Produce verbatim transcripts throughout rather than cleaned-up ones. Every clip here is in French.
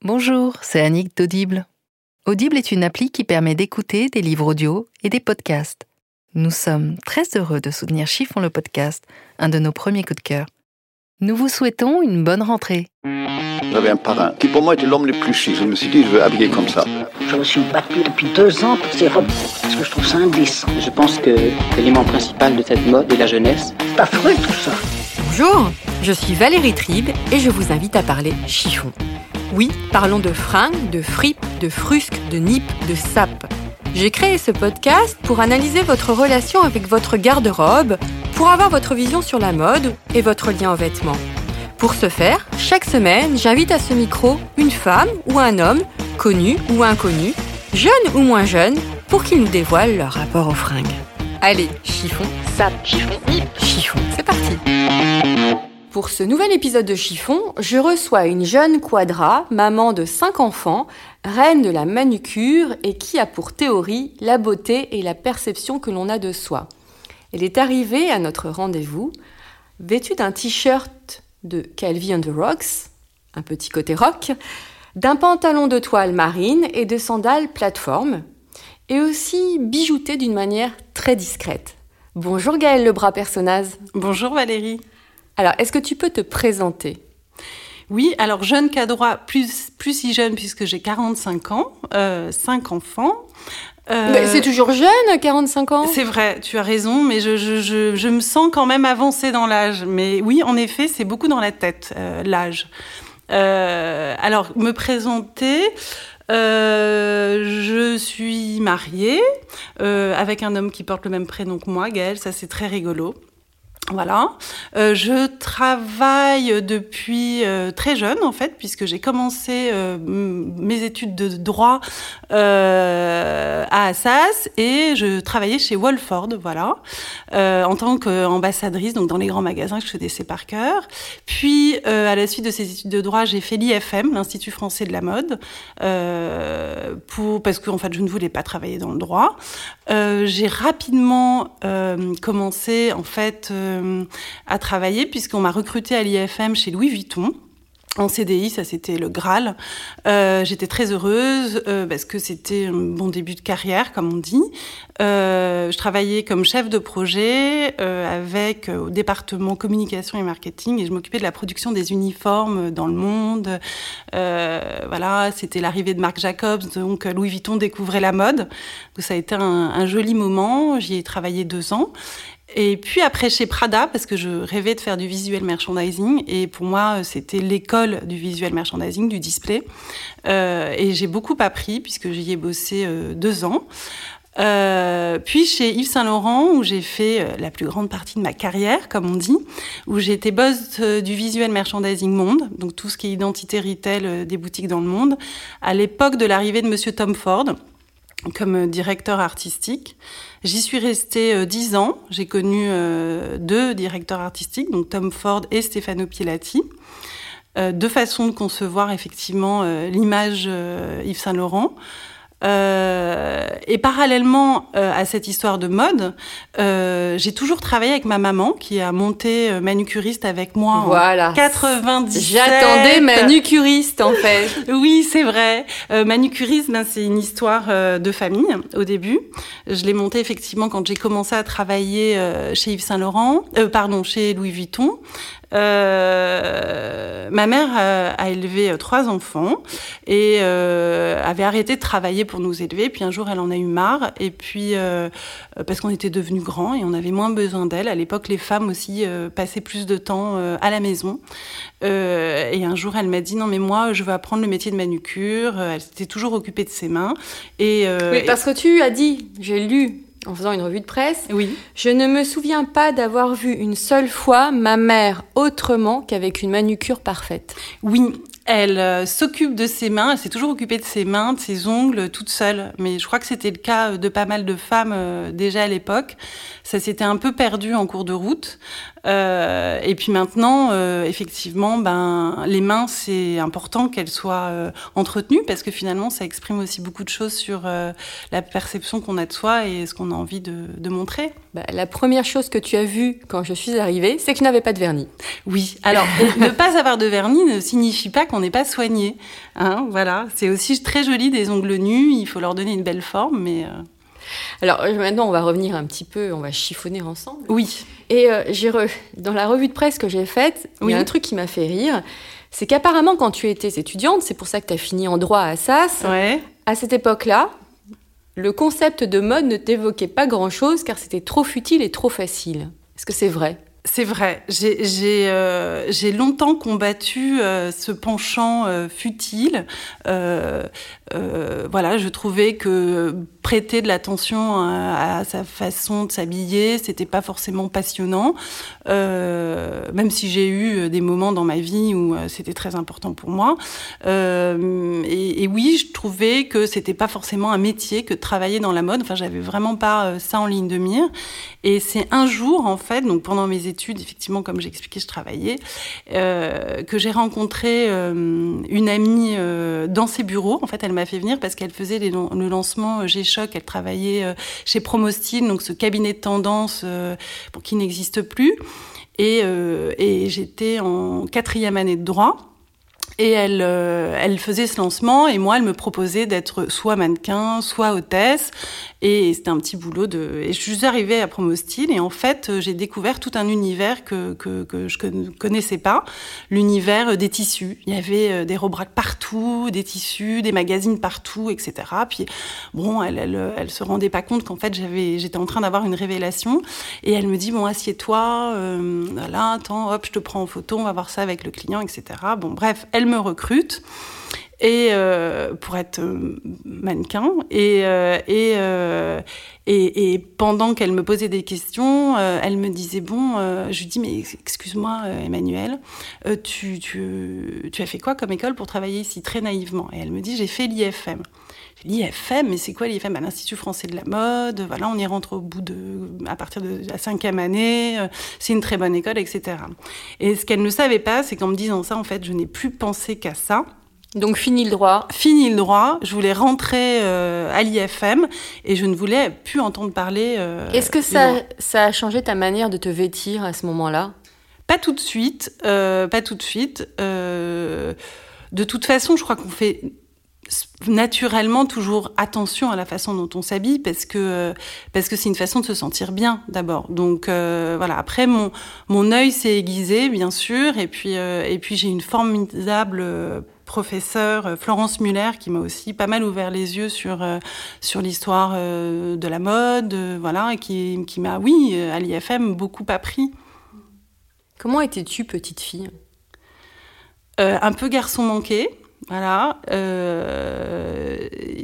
Bonjour, c'est Annick d'Audible. Audible est une appli qui permet d'écouter des livres audio et des podcasts. Nous sommes très heureux de soutenir Chiffon le podcast, un de nos premiers coups de cœur. Nous vous souhaitons une bonne rentrée. J'avais un parrain qui pour moi était l'homme le plus chic. Je me suis dit, je veux habiller comme ça. Je me suis battue depuis deux ans pour ces robes, parce que je trouve ça indécent. Je pense que l'élément principal de cette mode est la jeunesse. C'est affreux tout ça. Bonjour, je suis Valérie Tribe et je vous invite à parler chiffon. Oui, parlons de fringues, de fripes, de frusques, de nippes, de sapes. J'ai créé ce podcast pour analyser votre relation avec votre garde-robe, pour avoir votre vision sur la mode et votre lien aux vêtements. Pour ce faire, chaque semaine, j'invite à ce micro une femme ou un homme, connu ou inconnu, jeune ou moins jeune, pour qu'ils nous dévoilent leur rapport aux fringues. Allez, chiffon, sape, chiffon, nippe, chiffon, c'est parti. Pour ce nouvel épisode de Chiffon, je reçois une jeune quadra, maman de cinq enfants, reine de la manucure et qui a pour théorie la beauté et la perception que l'on a de soi. Elle est arrivée à notre rendez-vous vêtue d'un t-shirt de Calvin and the Rocks, un petit côté rock, d'un pantalon de toile marine et de sandales plateforme, et aussi bijoutée d'une manière très discrète. Bonjour Gaëlle Lebras-Personnaz. Bonjour Valérie. Alors, est-ce que tu peux te présenter ? Oui, alors jeune quadra, plus, plus si jeune puisque j'ai quarante-cinq ans, euh, cinq enfants. Euh, mais c'est toujours jeune, quarante-cinq ans ? C'est vrai, tu as raison, mais je, je, je, je me sens quand même avancée dans l'âge. Mais oui, en effet, c'est beaucoup dans la tête, euh, l'âge. Euh, alors, me présenter... Euh, je suis mariée euh, avec un homme qui porte le même prénom que moi, Gaël, ça c'est très rigolo. Voilà, euh, je travaille depuis euh, très jeune en fait, puisque j'ai commencé euh, m- mes études de droit euh, à Assas et je travaillais chez Wolford, voilà, euh, en tant qu'ambassadrice, donc dans les grands magasins que je connaissais par cœur. Puis euh, à la suite de ces études de droit, j'ai fait l'I F M, l'Institut français de la mode, euh, pour parce que en fait je ne voulais pas travailler dans le droit. Euh, j'ai rapidement euh, commencé en fait euh, à travailler puisqu'on m'a recrutée à l'I F M chez Louis Vuitton. En C D I, ça c'était le Graal. Euh, j'étais très heureuse euh, parce que c'était un bon début de carrière, comme on dit. Euh, je travaillais comme chef de projet euh, avec euh, au département communication et marketing et je m'occupais de la production des uniformes dans le monde. Euh, voilà, c'était l'arrivée de Marc Jacobs, donc Louis Vuitton découvrait la mode. Donc ça a été un, un joli moment. J'y ai travaillé deux ans. Et puis après chez Prada, parce que je rêvais de faire du visual merchandising, et pour moi c'était l'école du visual merchandising, du display. Euh, et j'ai beaucoup appris puisque j'y ai bossé euh, deux ans. Euh, puis chez Yves Saint Laurent, où j'ai fait euh, la plus grande partie de ma carrière, comme on dit, où j'ai été boss euh, du visual merchandising monde, donc tout ce qui est identité retail euh, des boutiques dans le monde, à l'époque de l'arrivée de Monsieur Tom Ford, comme directeur artistique. J'y suis restée euh, dix ans. J'ai connu euh, deux directeurs artistiques, donc Tom Ford et Stefano Pilati. Euh, deux façons de concevoir effectivement euh, l'image euh, Yves Saint Laurent. Euh, et parallèlement euh, à cette histoire de mode, euh, j'ai toujours travaillé avec ma maman qui a monté euh, manucuriste avec moi voilà. en quatre-vingt-dix-sept. J'attendais manucuriste en fait. Oui, c'est vrai. Euh, manucuriste, ben, c'est une histoire euh, de famille au début. Je l'ai montée effectivement quand j'ai commencé à travailler euh, chez Yves Saint Laurent, euh, pardon, chez Louis Vuitton. Euh, ma mère a, a élevé euh, trois enfants et euh, avait arrêté de travailler pour nous élever. Puis un jour, elle en a eu marre. Et puis, euh, parce qu'on était devenus grands et on avait moins besoin d'elle. À l'époque, les femmes aussi euh, passaient plus de temps euh, à la maison. Euh, et un jour, elle m'a dit, non mais moi, je veux apprendre le métier de manucure. Elle s'était toujours occupée de ses mains. Et, euh, oui, parce que tu as dit, j'ai lu en faisant une revue de presse, oui. Je ne me souviens pas d'avoir vu une seule fois ma mère autrement qu'avec une manucure parfaite. Oui, elle euh, s'occupe de ses mains, elle s'est toujours occupée de ses mains, de ses ongles, toute seule. Mais je crois que c'était le cas de pas mal de femmes euh, déjà à l'époque. Ça s'était un peu perdu en cours de route. Euh, et puis maintenant, euh, effectivement, ben, les mains, c'est important qu'elles soient euh, entretenues parce que finalement, ça exprime aussi beaucoup de choses sur euh, la perception qu'on a de soi et ce qu'on a envie de, de montrer. Bah, la première chose que tu as vue quand je suis arrivée, c'est que je n'avais pas de vernis. Oui, alors ne pas avoir de vernis ne signifie pas qu'on qu'on n'est pas soigné. Hein, voilà, c'est aussi très joli des ongles nus. Il faut leur donner une belle forme, mais. Euh... Alors maintenant, on va revenir un petit peu, on va chiffonner ensemble. Oui. Et euh, j'ai re... dans la revue de presse que j'ai faite, oui. il y a un truc qui m'a fait rire. C'est qu'apparemment, quand tu étais étudiante, c'est pour ça que tu as fini en droit à Assas, ouais. à cette époque-là, le concept de mode ne t'évoquait pas grand-chose car c'était trop futile et trop facile. Est-ce que c'est vrai ? C'est vrai. J'ai, j'ai, euh, j'ai longtemps combattu euh, ce penchant euh, futile. Euh, euh, voilà, je trouvais que prêter de l'attention à, à sa façon de s'habiller, c'était pas forcément passionnant. Euh, même si j'ai eu des moments dans ma vie où euh, c'était très important pour moi. Euh, et, et oui, je trouvais que c'était pas forcément un métier que de travailler dans la mode. Enfin, j'avais vraiment pas euh, ça en ligne de mire. Et c'est un jour, en fait, donc pendant mes études, effectivement, comme j'ai expliqué, je travaillais, euh, que j'ai rencontré euh, une amie euh, dans ses bureaux. En fait, elle m'a fait venir parce qu'elle faisait les, le lancement euh, G-Shock. Elle travaillait euh, chez Promostyle, donc ce cabinet de tendance euh, pour qui n'existe plus. Et, euh, et j'étais en quatrième année de droit. Et elle, euh, elle faisait ce lancement et moi, elle me proposait d'être soit mannequin, soit hôtesse. Et c'était un petit boulot de... Et je suis arrivée à Promostyle et en fait, j'ai découvert tout un univers que, que, que je ne connaissais pas. L'univers des tissus. Il y avait des robracs partout, des tissus, des magazines partout, et cetera. Puis bon, elle, elle, elle se rendait pas compte qu'en fait, j'avais, j'étais en train d'avoir une révélation. Et elle me dit, bon, assieds-toi, euh, là, attends, hop, je te prends en photo, on va voir ça avec le client, et cetera. Bon, bref, elle me recrute et euh, pour être euh, mannequin et euh, et, euh, et et pendant qu'elle me posait des questions, euh, elle me disait bon, euh, je lui dis mais excuse-moi euh, Emmanuelle, euh, tu tu tu as fait quoi comme école pour travailler ici, très naïvement, et elle me dit j'ai fait l'I F M. L'I F M, mais c'est quoi l'I F M ? Ben, l'Institut français de la mode, voilà, on y rentre au bout de, à partir de la cinquième année, euh, c'est une très bonne école, et cetera. Et ce qu'elle ne savait pas, c'est qu'en me disant ça, en fait, je n'ai plus pensé qu'à ça. Donc, fini le droit. Fini le droit, je voulais rentrer euh, à l'I F M et je ne voulais plus entendre parler euh, Est-ce que ça, ça a changé ta manière de te vêtir à ce moment-là ? Pas tout de suite, euh, pas tout de suite. Euh, de toute façon, je crois qu'on fait naturellement toujours attention à la façon dont on s'habille parce que parce que c'est une façon de se sentir bien d'abord. Donc euh, voilà, après mon mon œil s'est aiguisé bien sûr et puis euh, et puis j'ai une formidable professeure Florence Muller qui m'a aussi pas mal ouvert les yeux sur euh, sur l'histoire euh, de la mode, euh, voilà, et qui qui m'a oui à l'I F M beaucoup appris. Comment étais-tu petite fille ? euh, Un peu garçon manqué. Voilà, euh,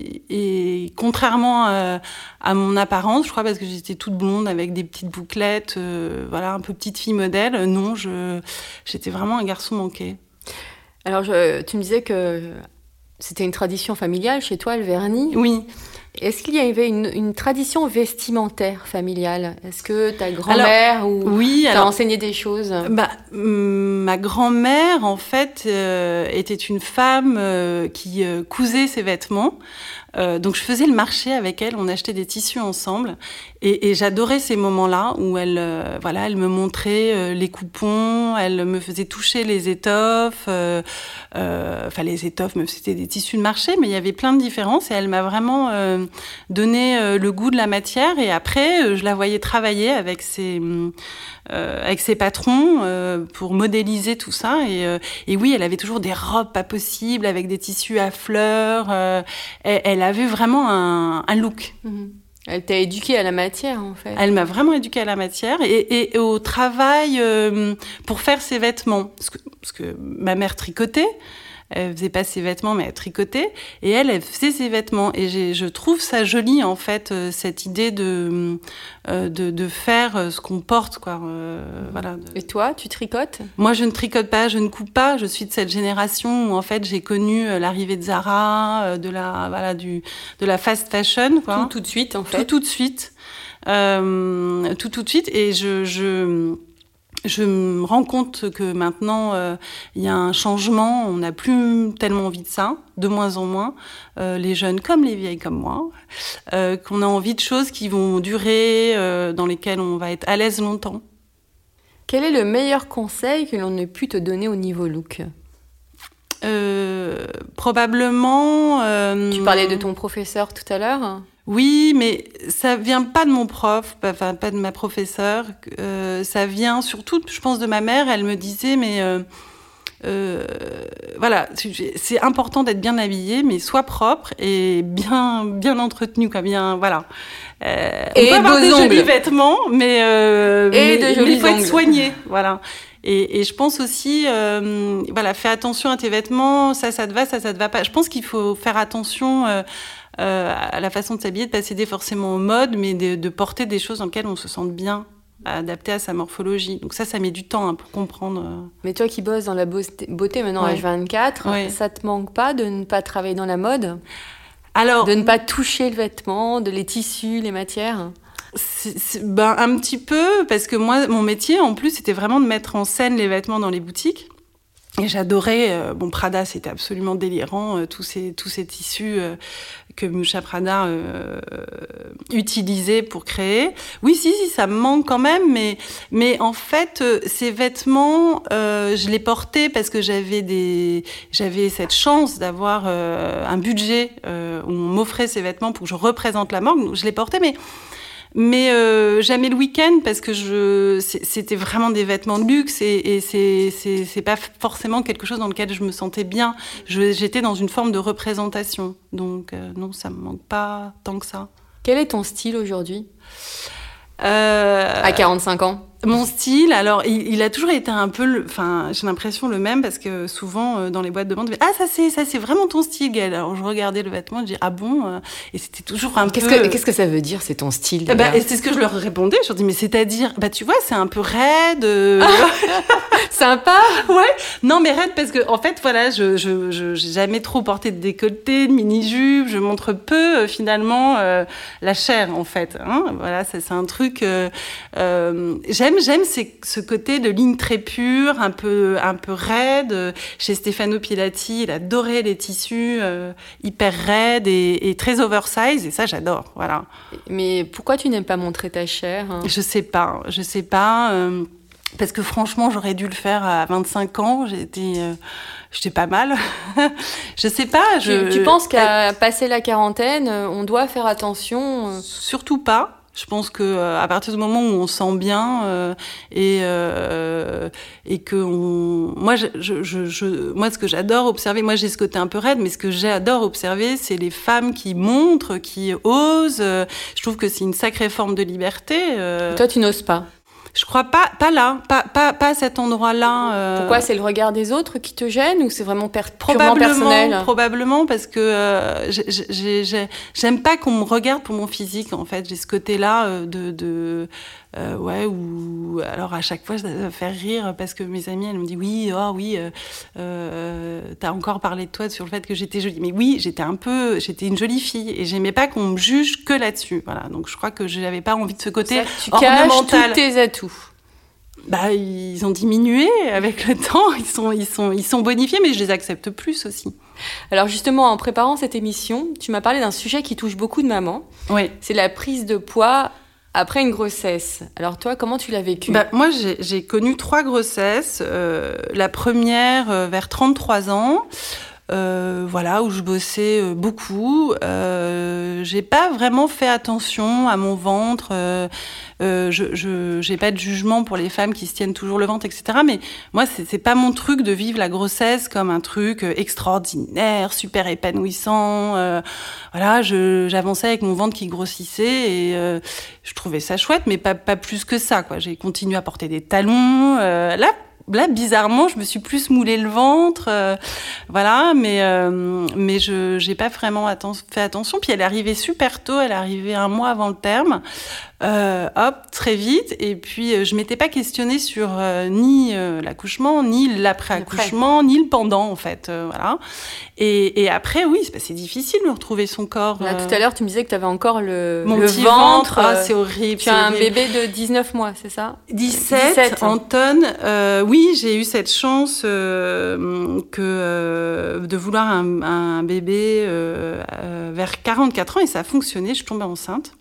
et contrairement à, à mon apparence, je crois, parce que j'étais toute blonde avec des petites bouclettes, euh, voilà, un peu petite fille modèle, non, je, j'étais vraiment un garçon manqué. Alors, je, tu me disais que c'était une tradition familiale chez toi, le vernis. Oui. Est-ce qu'il y avait une, une tradition vestimentaire familiale ? Est-ce que ta grand-mère alors, ou oui, t'a alors, enseigné des choses ? Bah, ma grand-mère, en fait, euh, était une femme euh, qui euh, cousait ses vêtements. Euh, donc, je faisais le marché avec elle. On achetait des tissus ensemble. Et, et j'adorais ces moments-là où elle, euh, voilà, elle me montrait euh, les coupons, elle me faisait toucher les étoffes. Euh, euh, enfin, les étoffes, c'était des tissus de marché, mais il y avait plein de différences. Et elle m'a vraiment euh, donné euh, le goût de la matière. Et après, euh, je la voyais travailler avec ses, euh, avec ses patrons euh, pour modéliser tout ça. Et, euh, et oui, elle avait toujours des robes pas possibles avec des tissus à fleurs. Euh, elle, elle avait vraiment un, un look. Mmh. Elle t'a éduquée à la matière, en fait. Elle m'a vraiment éduquée à la matière et, et au travail euh, pour faire ses vêtements. Parce que, parce que ma mère tricotait. Elle faisait pas ses vêtements, mais elle tricotait. Et elle, elle faisait ses vêtements. Et j'ai, je trouve ça joli, en fait, euh, cette idée de, euh, de, de faire ce qu'on porte, quoi. Euh, voilà. Et toi, tu tricotes ? Moi, je ne tricote pas, je ne coupe pas. Je suis de cette génération où, en fait, j'ai connu l'arrivée de Zara, de la, voilà, du, de la fast fashion, quoi. Tout, tout de suite, en fait. Tout, tout de suite. Euh, tout, tout de suite. Et je, je, Je me rends compte que maintenant, euh, il y a un changement, on n'a plus tellement envie de ça, de moins en moins, euh, les jeunes comme les vieilles comme moi, euh, qu'on a envie de choses qui vont durer, euh, dans lesquelles on va être à l'aise longtemps. Quel est le meilleur conseil que l'on ait pu te donner au niveau look ? euh, probablement... Euh, Tu parlais de ton professeur tout à l'heure. Oui, mais ça vient pas de mon prof, enfin pas de ma professeure. Euh, ça vient surtout, je pense, de ma mère. Elle me disait, mais... Euh, Euh, voilà, c'est important d'être bien habillé, mais sois propre et bien bien entretenu, quoi, bien voilà. Euh, et on peut avoir beaux des ongles. jolis vêtements, mais euh, et mais, de mais jolis il faut ongles. être soigné, voilà. Et, et je pense aussi, euh, voilà, fais attention à tes vêtements, ça, ça te va, ça, ça te va pas. Je pense qu'il faut faire attention euh, euh, à la façon de s'habiller, de pas céder forcément aux modes, mais de, de porter des choses dans lesquelles on se sente bien, adapté à sa morphologie. Donc ça, ça met du temps hein, pour comprendre. Mais toi qui bosses dans la beauté maintenant ouais. H vingt-quatre, ouais. ça te manque pas de ne pas travailler dans la mode ? Alors, de ne pas toucher le vêtement, de les tissus, les matières ? c'est, c'est, ben, un petit peu, parce que moi, mon métier, en plus, c'était vraiment de mettre en scène les vêtements dans les boutiques. Et j'adorais, euh, bon, Prada, c'était absolument délirant, euh, tous ces, tous ces tissus euh, que Miuccia Prada euh, utilisait pour créer. Oui, si, si, ça me manque quand même, mais, mais en fait, euh, ces vêtements, euh, je les portais parce que j'avais des, j'avais cette chance d'avoir euh, un budget euh, où on m'offrait ces vêtements pour que je représente la marque, donc je les portais, mais Mais euh, jamais le week-end parce que je c'était vraiment des vêtements de luxe et, et c'est c'est c'est pas forcément quelque chose dans lequel je me sentais bien. Je, j'étais dans une forme de représentation, donc euh, non, ça me manque pas tant que ça. Quel est ton style aujourd'hui ? Euh, à quarante-cinq ans. Mon style, alors, il, il a toujours été un peu, enfin, j'ai l'impression le même parce que souvent euh, dans les boîtes de vente, ah ça c'est ça c'est vraiment ton style, Gaëlle. Alors je regardais le vêtement, je dis ah bon, euh, et c'était toujours un qu'est-ce peu. Que, qu'est-ce que ça veut dire, c'est ton style bah, et c'est ce que je leur répondais. Je leur dis mais c'est-à-dire, bah tu vois, c'est un peu raide. Euh... Sympa. Ouais. Non mais raide parce que en fait voilà, je je je j'ai jamais trop porté de décolleté, de mini-jupe. Je montre peu euh, finalement euh, la chair en fait. Hein, voilà, ça, c'est un truc. Euh, euh, j'aime J'aime c'est, ce côté de ligne très pure, un peu, un peu raide. Chez Stefano Pilati, il adorait les tissus euh, hyper raides et, et très oversize, et ça, j'adore. Voilà. Mais pourquoi tu n'aimes pas montrer ta chair hein ? Je sais pas, je sais pas. Euh, parce que franchement, j'aurais dû le faire à vingt-cinq ans. J'étais, euh, j'étais pas mal. Je sais pas. Je, tu, tu penses qu'à euh, passer la quarantaine, on doit faire attention euh... Surtout pas. Je pense que euh, à partir du moment où on sent bien euh, et euh, et que on, moi je, je je je moi ce que j'adore observer, moi j'ai ce côté un peu raide, mais ce que j'adore observer, c'est les femmes qui montrent, qui osent. Euh, je trouve que c'est une sacrée forme de liberté. Euh... Toi, tu n'oses pas. Je crois pas, pas là, pas, pas, pas à cet endroit-là. Euh... Pourquoi ? C'est le regard des autres qui te gêne ou c'est vraiment per- purement personnel ? Probablement, parce que euh, j'ai, j'ai, j'ai, j'aime pas qu'on me regarde pour mon physique, en fait. J'ai ce côté-là euh, de... de euh, ouais, ou alors à chaque fois, ça va faire rire parce que mes amies, elles me disent oui, oh oui, euh, euh, t'as encore parlé de toi sur le fait que j'étais jolie. Mais oui, j'étais un peu, j'étais une jolie fille et j'aimais pas qu'on me juge que là-dessus. Voilà, donc je crois que je n'avais pas envie de ce côté ça, tu ornemental. Caches tous tes atouts. Bah, ils ont diminué avec le temps. Ils sont, ils sont, ils sont bonifiés, mais je les accepte plus aussi. Alors justement, en préparant cette émission, tu m'as parlé d'un sujet qui touche beaucoup de mamans. Oui. C'est la prise de poids après une grossesse. Alors toi, comment tu l'as vécu ? Bah, moi, j'ai, j'ai connu trois grossesses. Euh, la première euh, vers trente-trois ans. Euh, voilà, où je bossais euh, beaucoup. Euh, j'ai pas vraiment fait attention à mon ventre. Euh, euh, je, je, j'ai pas de jugement pour les femmes qui se tiennent toujours le ventre, et cetera. Mais moi, c'est, c'est pas mon truc de vivre la grossesse comme un truc extraordinaire, super épanouissant. Euh, voilà, je, j'avançais avec mon ventre qui grossissait et euh, je trouvais ça chouette, mais pas, pas plus que ça, quoi. J'ai continué à porter des talons. Euh, là, Là, bizarrement, je me suis plus moulé le ventre, euh, voilà, mais euh, mais je j'ai pas vraiment atten- fait attention. Puis elle est arrivée super tôt, elle est arrivée un mois avant le terme, euh, hop, très vite. Et puis euh, je m'étais pas questionnée sur euh, ni euh, l'accouchement, ni l'après-accouchement, Après. ni le pendant en fait, euh, voilà. Et, et après, oui, c'est, c'est difficile de retrouver son corps. Là, euh... Tout à l'heure, tu me disais que tu avais encore le, Mon le petit ventre. ventre. Ah, c'est horrible. Tu c'est as horrible. un bébé de dix-neuf mois, c'est ça ? dix-sept, dix-sept. Anton. Euh, oui, j'ai eu cette chance euh, que euh, de vouloir un, un bébé euh, euh, vers quarante-quatre ans et ça a fonctionné. Je suis tombée enceinte.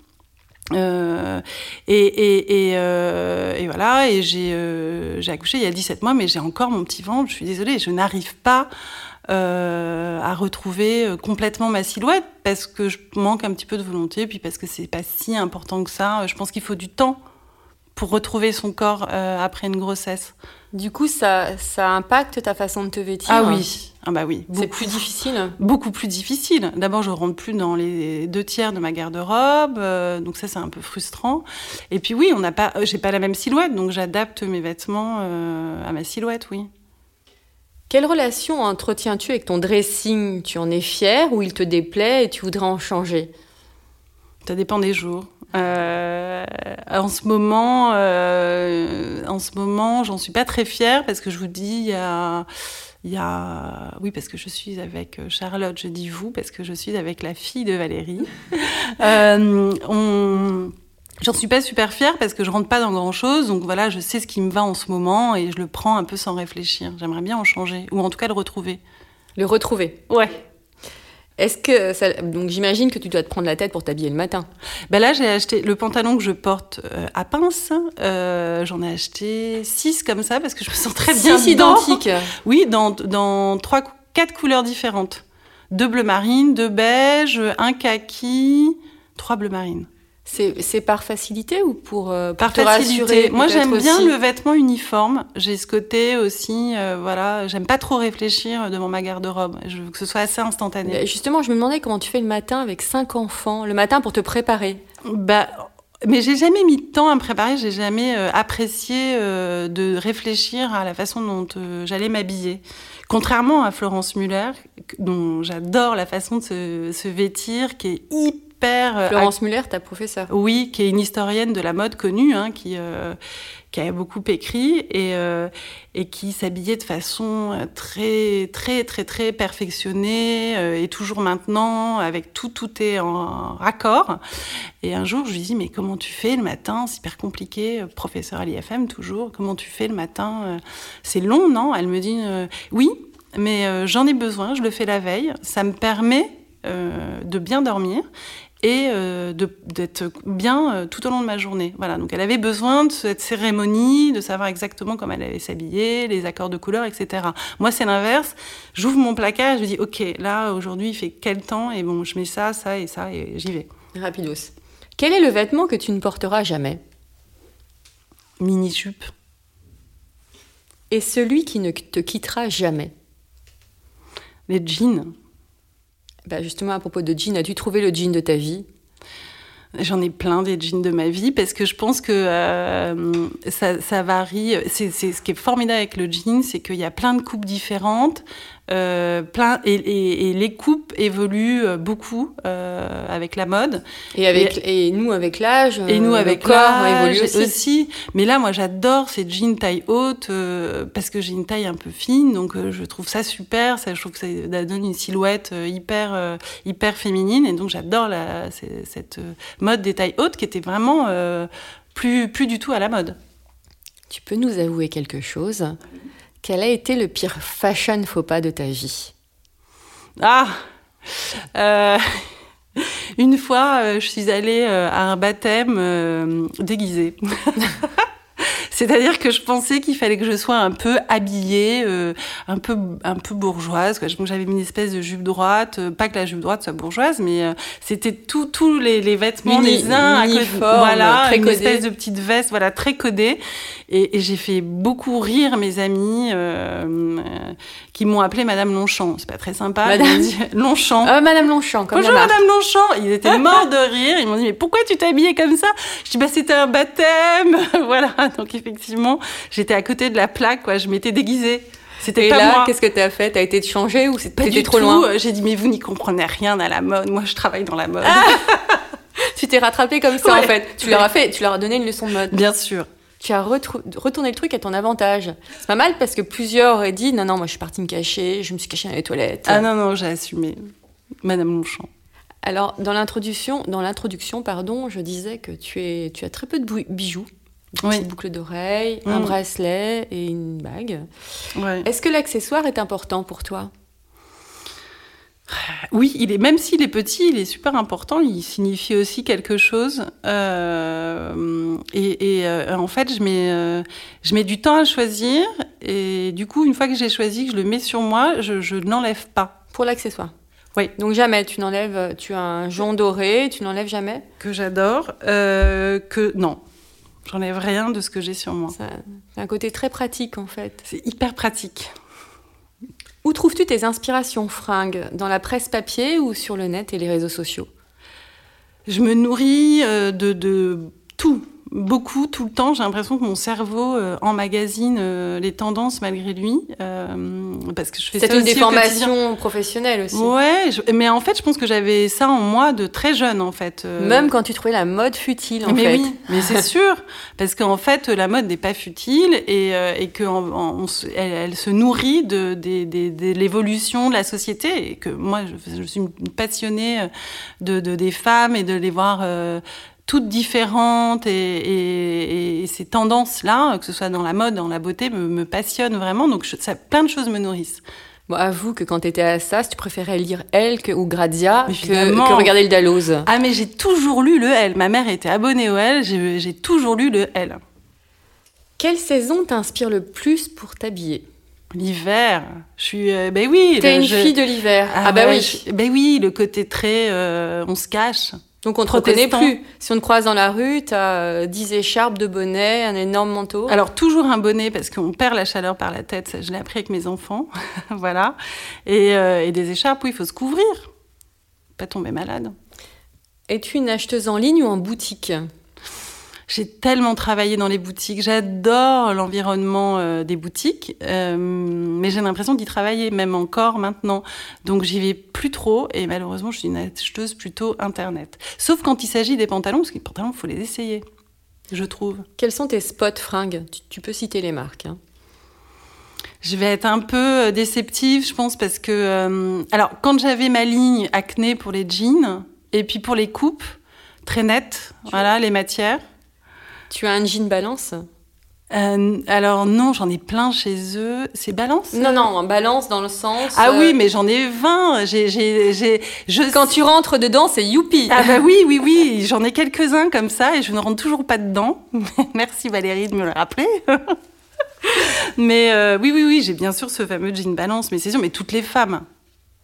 Euh, et, et, et, euh, et voilà, et j'ai, euh, j'ai accouché il y a dix-sept mois, mais j'ai encore mon petit ventre. Je suis désolée, je n'arrive pas euh, à retrouver complètement ma silhouette parce que je manque un petit peu de volonté, puis parce que c'est pas si important que ça. Je pense qu'il faut du temps pour retrouver son corps euh, après une grossesse. Du coup, ça, ça impacte ta façon de te vêtir. Ah oui, ah bah oui. C'est plus difficile. Beaucoup plus difficile. D'abord, je rentre plus dans les deux tiers de ma garde-robe, euh, donc ça, c'est un peu frustrant. Et puis oui, on n'a pas, j'ai pas la même silhouette, donc j'adapte mes vêtements euh, à ma silhouette, oui. Quelle relation entretiens-tu avec ton dressing ? Tu en es fière ou il te déplaît et tu voudrais en changer ? Ça dépend des jours. Euh, en ce moment, euh, en ce moment, j'en suis pas très fière parce que je vous dis, il y a, il y a, oui, parce que je suis avec Charlotte. Je dis vous parce que je suis avec la fille de Valérie. euh, on, j'en suis pas super fière parce que je rentre pas dans grand chose. Donc voilà, je sais ce qui me va en ce moment et je le prends un peu sans réfléchir. J'aimerais bien en changer ou en tout cas le retrouver. Le retrouver. Ouais. Est-ce que ça... Donc j'imagine que tu dois te prendre la tête pour t'habiller le matin. Ben là, j'ai acheté le pantalon que je porte euh, à pince. Euh, j'en ai acheté six comme ça parce que je me sens très bien six dedans. Identiques. Oui, dans dans trois, quatre couleurs différentes. Deux bleu marine, deux beige, un kaki, trois bleu marine. C'est, c'est par facilité ou pour, euh, pour par te facilité. rassurer? Moi, j'aime bien aussi. le vêtement uniforme. J'ai ce côté aussi, euh, voilà, j'aime pas trop réfléchir devant ma garde-robe. Je veux que ce soit assez instantané. Mais justement, je me demandais comment tu fais le matin avec cinq enfants, le matin pour te préparer. Bah, mais j'ai jamais mis de temps à me préparer. J'ai jamais euh, apprécié euh, de réfléchir à la façon dont euh, j'allais m'habiller. Contrairement à Florence Muller, dont j'adore la façon de se, se vêtir, qui est hyper Florence ac- Muller, ta professeure. Oui, qui est une historienne de la mode connue, hein, qui, euh, qui a beaucoup écrit et, euh, et qui s'habillait de façon très, très, très, très perfectionnée euh, et toujours maintenant, avec tout, tout est en raccord. Et un jour, je lui dis, mais comment tu fais le matin ? C'est hyper compliqué, professeur à l'I F M toujours. Comment tu fais le matin ? C'est long, non ? Elle me dit, euh, oui, mais euh, j'en ai besoin, je le fais la veille. Ça me permet euh, de bien dormir et euh, de, d'être bien euh, tout au long de ma journée. Voilà, donc elle avait besoin de cette cérémonie, de savoir exactement comment elle allait s'habiller, les accords de couleurs, et cetera. Moi, c'est l'inverse. J'ouvre mon placard, je me dis, ok, là, aujourd'hui, il fait quel temps ? Et bon, je mets ça, ça et ça, et j'y vais. Rapidos. Quel est le vêtement que tu ne porteras jamais ? Mini-jupe. Et celui qui ne te quittera jamais ? Les jeans. Bah justement, à propos de jeans, as-tu trouvé le jean de ta vie ? J'en ai plein des jeans de ma vie parce que je pense que euh, ça, ça varie. C'est, c'est, ce qui est formidable avec le jean, c'est qu'il y a plein de coupes différentes. Euh, plein, et, et, et les coupes évoluent beaucoup euh, avec la mode. Et, avec, et, et nous, avec l'âge, et nous, avec le corps, l'âge, on évolue aussi. aussi. Mais là, moi, j'adore ces jeans taille haute euh, parce que j'ai une taille un peu fine, donc euh, je trouve ça super. Ça, je trouve que ça donne une silhouette euh, hyper, euh, hyper féminine. Et donc, j'adore la, c'est, cette mode des tailles hautes qui était vraiment euh, plus, plus du tout à la mode. Tu peux nous avouer quelque chose ? Quel a été le pire fashion faux pas de ta vie ? Ah euh, Une fois, euh, je suis allée euh, à un baptême euh, déguisée. C'est-à-dire que je pensais qu'il fallait que je sois un peu habillée, euh, un peu un peu bourgeoise, quoi. Donc j'avais une espèce de jupe droite, euh, pas que la jupe droite soit bourgeoise, mais euh, c'était tous tous les, les vêtements Mini, les uns à côté, voilà, très une codé. espèce de petite veste, voilà, très codée. Et, et j'ai fait beaucoup rire mes amis euh, euh, qui m'ont appelée Madame Longchamp. C'est pas très sympa. Madame dit, Longchamp. Euh, Madame Longchamp, comme Bonjour la marque. Madame Longchamp. Ils étaient morts de rire. Ils m'ont dit mais pourquoi tu t'es habillée comme ça ? Je dis bah c'était un baptême. Voilà. Donc effectivement, j'étais à côté de la plaque, quoi. Je m'étais déguisée. C'était Et pas là, moi. qu'est-ce que t'as fait ? T'as été changée ou c'était Pas du trop tout. loin ? J'ai dit mais vous n'y comprenez rien à la mode. Moi je travaille dans la mode. Ah tu t'es rattrapée comme ça, ouais. en fait. Tu leur as fait, tu leur as donné une leçon de mode. Bien sûr. Tu as retrou- retourné le truc à ton avantage. C'est pas mal parce que plusieurs auraient dit non non, moi je suis partie me cacher, je me suis cachée dans les toilettes. Ah non non, j'ai assumé. Madame Longchamp. Alors dans l'introduction, dans l'introduction pardon, je disais que tu es, tu as très peu de bou- bijoux. Une Oui. petite boucle d'oreille, Mmh. un bracelet et une bague. Ouais. Est-ce que l'accessoire est important pour toi ? Oui, il est, même s'il est petit, il est super important. Il signifie aussi quelque chose. Euh, et et euh, en fait, je mets, euh, je mets du temps à choisir. Et du coup, une fois que j'ai choisi, que je le mets sur moi, je, je ne l'enlève pas. Pour l'accessoire. Oui. Donc jamais, tu n'enlèves, tu as un jonc doré, tu n'enlèves jamais. Que j'adore, euh, que non, j'enlève rien de ce que j'ai sur moi. Ça, c'est un côté très pratique en fait. C'est hyper pratique. Où trouves-tu tes inspirations fringues ? Dans la presse papier ou sur le net et les réseaux sociaux ? Je me nourris euh, de, de tout. Beaucoup, tout le temps. J'ai l'impression que mon cerveau euh, emmagasine euh, les tendances malgré lui. Euh, parce que je fais c'est ça une aussi des formations professionnelles aussi. Ouais, je, mais en fait, je pense que j'avais ça en moi de très jeune, en fait. Euh... Même quand tu trouvais la mode futile, en mais fait. Oui, mais c'est sûr. Parce qu'en fait, la mode n'est pas futile et, euh, et qu'elle elle se nourrit de, de, de, de l'évolution de la société. Et que moi, je, je suis une passionnée de, de, des femmes et de les voir... Euh, toutes différentes et, et, et ces tendances-là, que ce soit dans la mode, dans la beauté, me, me passionnent vraiment. Donc, je, ça, plein de choses me nourrissent. Bon, avoue que quand tu étais à Assas, tu préférais lire Elle que, ou Grazia que, Évidemment. que regarder le Dalloz. Ah, mais j'ai toujours lu le Elle. Ma mère était abonnée au Elle, j'ai, j'ai toujours lu le Elle. Quelle saison t'inspire le plus pour t'habiller ? L'hiver. Je suis... Euh, ben oui. T'es le, une je... fille de l'hiver. Ah, ah bah ouais, oui. Je... Ben oui, le côté très... Euh, on se cache. Donc on te reconnaît plus. Si on te croise dans la rue, t'as dix écharpes, deux bonnets, un énorme manteau. Alors toujours un bonnet parce qu'on perd la chaleur par la tête. Ça, je l'ai appris avec mes enfants, voilà. Et, euh, et des écharpes, oui, il faut se couvrir, pas tomber malade. Es-tu une acheteuse en ligne ou en boutique ? J'ai tellement travaillé dans les boutiques. J'adore l'environnement euh, des boutiques, euh, mais j'ai l'impression d'y travailler, même encore maintenant. Donc, j'y vais plus trop. Et malheureusement, je suis une acheteuse plutôt Internet. Sauf quand il s'agit des pantalons, parce que les pantalons, il faut les essayer, je trouve. Quels sont tes spots fringues ? tu, tu peux citer les marques. Hein. Je vais être un peu déceptive, je pense, parce que... Euh, alors, quand j'avais ma ligne acné pour les jeans, et puis pour les coupes, très nettes, tu voilà, vois. Les matières... Tu as un jean Balance ? euh, Alors non, j'en ai plein chez eux. C'est Balance ? Non, non, Balance dans le sens... Ah euh... oui, mais j'en ai vingt. J'ai, j'ai, j'ai, je... Quand tu rentres dedans, c'est youpi. Ah bah oui, oui, oui. J'en ai quelques-uns comme ça et je ne rentre toujours pas dedans. Merci Valérie de me le rappeler. mais euh, oui, oui, oui, j'ai bien sûr ce fameux jean Balance. Mais c'est sûr, mais toutes les femmes. Non ?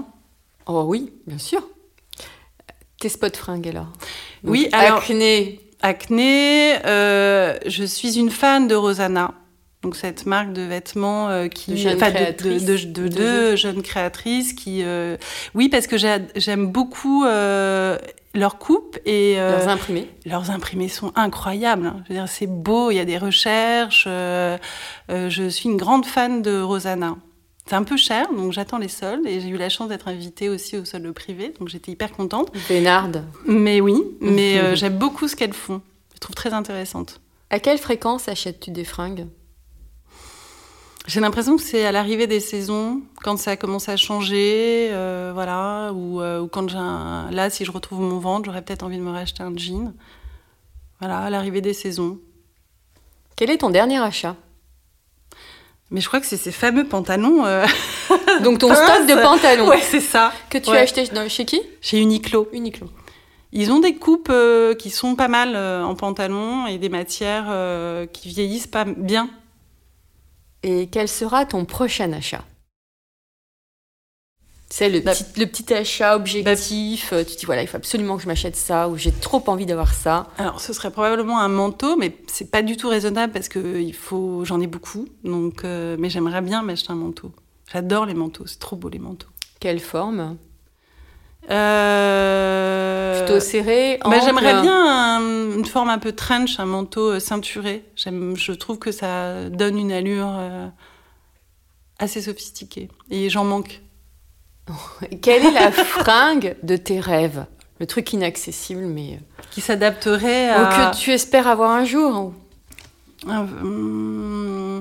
Oh oui, bien sûr. Tes spots fringues alors ? Donc, oui, alors... Acné... Acné, euh, je suis une fan de Rosanna, donc cette marque de vêtements euh, qui, de jeunes enfin, créatrices, de, de, de, de, de deux jeunes créatrices qui, euh, oui, parce que j'ai, j'aime beaucoup euh, leurs coupes et euh, leurs imprimés. Leurs imprimés sont incroyables. Hein. Je veux dire, c'est beau, il y a des recherches. Euh, euh, je suis une grande fan de Rosanna. C'est un peu cher, donc j'attends les soldes. Et j'ai eu la chance d'être invitée aussi aux soldes privés, donc j'étais hyper contente. Bénarde. Mais oui, mais euh, j'aime beaucoup ce qu'elles font. Je les trouve très intéressantes. À quelle fréquence achètes-tu des fringues ? J'ai l'impression que c'est à l'arrivée des saisons, quand ça commence à changer, euh, voilà, ou, euh, ou quand j'ai un... Là, si je retrouve mon ventre, j'aurais peut-être envie de me racheter un jean. Voilà, à l'arrivée des saisons. Quel est ton dernier achat ? Mais je crois que c'est ces fameux pantalons. Euh... Donc ton stock de pantalons. Ouais, c'est ça. Que tu ouais. as acheté chez qui ? Chez Uniqlo. Uniqlo. Ils ont des coupes euh, qui sont pas mal euh, en pantalon et des matières euh, qui vieillissent pas bien. Et quel sera ton prochain achat ? C'est le, bah, petit, le petit achat objectif, bah, tu te dis voilà, il faut absolument que je m'achète ça, ou j'ai trop envie d'avoir ça. Alors ce serait probablement un manteau, mais c'est pas du tout raisonnable parce que il faut, j'en ai beaucoup, donc, euh, mais j'aimerais bien m'acheter un manteau. J'adore les manteaux, c'est trop beau les manteaux. Quelle forme ? euh... Plutôt serré, ample. Bah, j'aimerais bien un, une forme un peu trench, un manteau ceinturé. J'aime, je trouve que ça donne une allure euh, assez sophistiquée, et j'en manque. Quelle est la fringue de tes rêves ? Le truc inaccessible, mais... Qui s'adapterait à... Ou que tu espères avoir un jour ? Un, hum,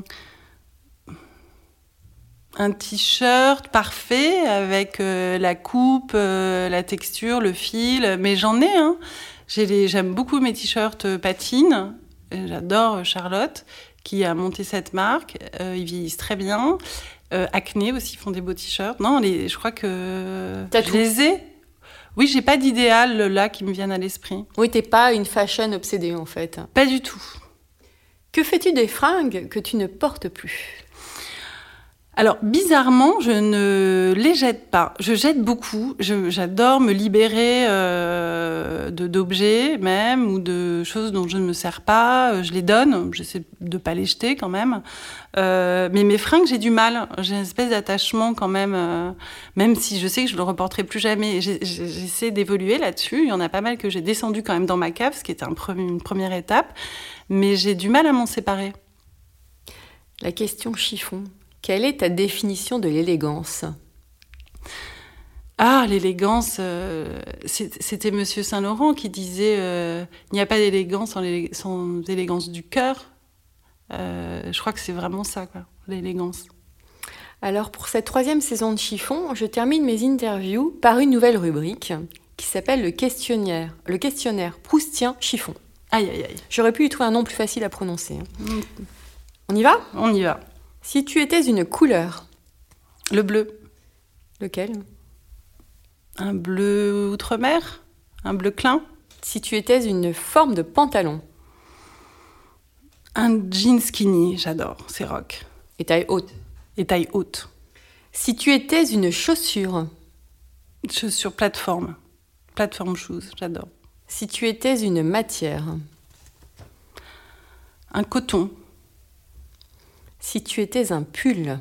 un t-shirt parfait avec euh, la coupe, euh, la texture, le fil. Mais j'en ai, hein. J'ai les, j'aime beaucoup mes t-shirts patines. J'adore Charlotte, qui a monté cette marque. Euh, ils vieillissent très bien. Euh, Acné aussi font des beaux t-shirts. Non, les, je crois que T'as je tout. les ai. Oui, j'ai pas d'idéal là qui me viennent à l'esprit. Oui, t'es pas une fashion obsédée en fait. Pas du tout. Que fais-tu des fringues que tu ne portes plus ? Alors, bizarrement, je ne les jette pas. Je jette beaucoup. Je, j'adore me libérer euh, de, d'objets même ou de choses dont je ne me sers pas. Je les donne. J'essaie de ne pas les jeter quand même. Euh, mais mes fringues, j'ai du mal. J'ai une espèce d'attachement quand même, euh, même si je sais que je ne le reporterai plus jamais. J'ai, j'essaie d'évoluer là-dessus. Il y en a pas mal que j'ai descendu quand même dans ma cave, ce qui était un pre- une première étape. Mais j'ai du mal à m'en séparer. La question chiffon. Quelle est ta définition de l'élégance ? Ah, l'élégance, euh, c'est, c'était Monsieur Saint-Laurent qui disait euh, « Il n'y a pas d'élégance sans, l'élé- sans élégance du cœur euh, ». Je crois que c'est vraiment ça, quoi, l'élégance. Alors, pour cette troisième saison de Chiffon, je termine mes interviews par une nouvelle rubrique qui s'appelle le questionnaire, le questionnaire proustien Chiffon. Aïe, aïe, aïe. J'aurais pu y trouver un nom plus facile à prononcer. Mmh. On y va ? On y va. Si tu étais une couleur. Le bleu. Lequel ? Un bleu outre-mer ? Un bleu clin ? Si tu étais une forme de pantalon. Un jean skinny, j'adore, c'est rock. Et taille haute. Et taille haute. Si tu étais une chaussure. Chaussure plateforme. Plateforme shoes, j'adore. Si tu étais une matière. Un coton. Si tu étais un pull.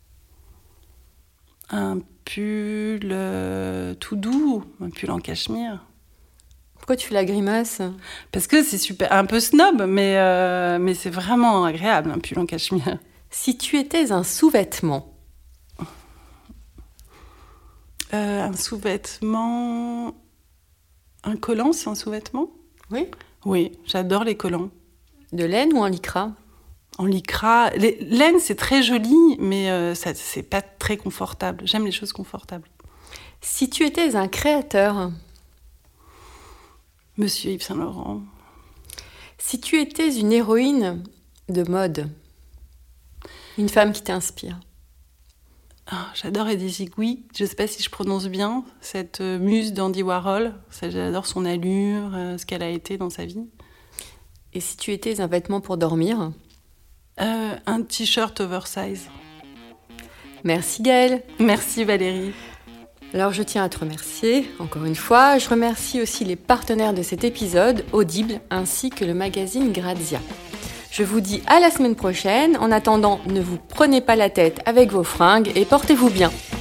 Un pull euh, tout doux, un pull en cachemire. Pourquoi tu fais la grimace ? Parce que c'est super, un peu snob, mais, euh, mais c'est vraiment agréable, un pull en cachemire. Si tu étais un sous-vêtement. Euh, un sous-vêtement... Un collant, c'est un sous-vêtement ? Oui. Oui, j'adore les collants. De laine ou en lycra ? En lycra. Les, laine, c'est très joli, mais euh, ça, c'est pas très confortable. J'aime les choses confortables. Si tu étais un créateur. Monsieur Yves Saint-Laurent. Si tu étais une héroïne de mode. Une femme qui t'inspire. Ah, j'adore Eddie Zigouille. Je sais pas si je prononce bien cette euh, muse d'Andy Warhol. Ça, j'adore son allure, euh, ce qu'elle a été dans sa vie. Et si tu étais un vêtement pour dormir ? Euh, un t-shirt oversize. Merci Gaëlle. Merci Valérie. Alors je tiens à te remercier, encore une fois. Je remercie aussi les partenaires de cet épisode, Audible, ainsi que le magazine Grazia. Je vous dis à la semaine prochaine. En attendant, ne vous prenez pas la tête avec vos fringues et portez-vous bien.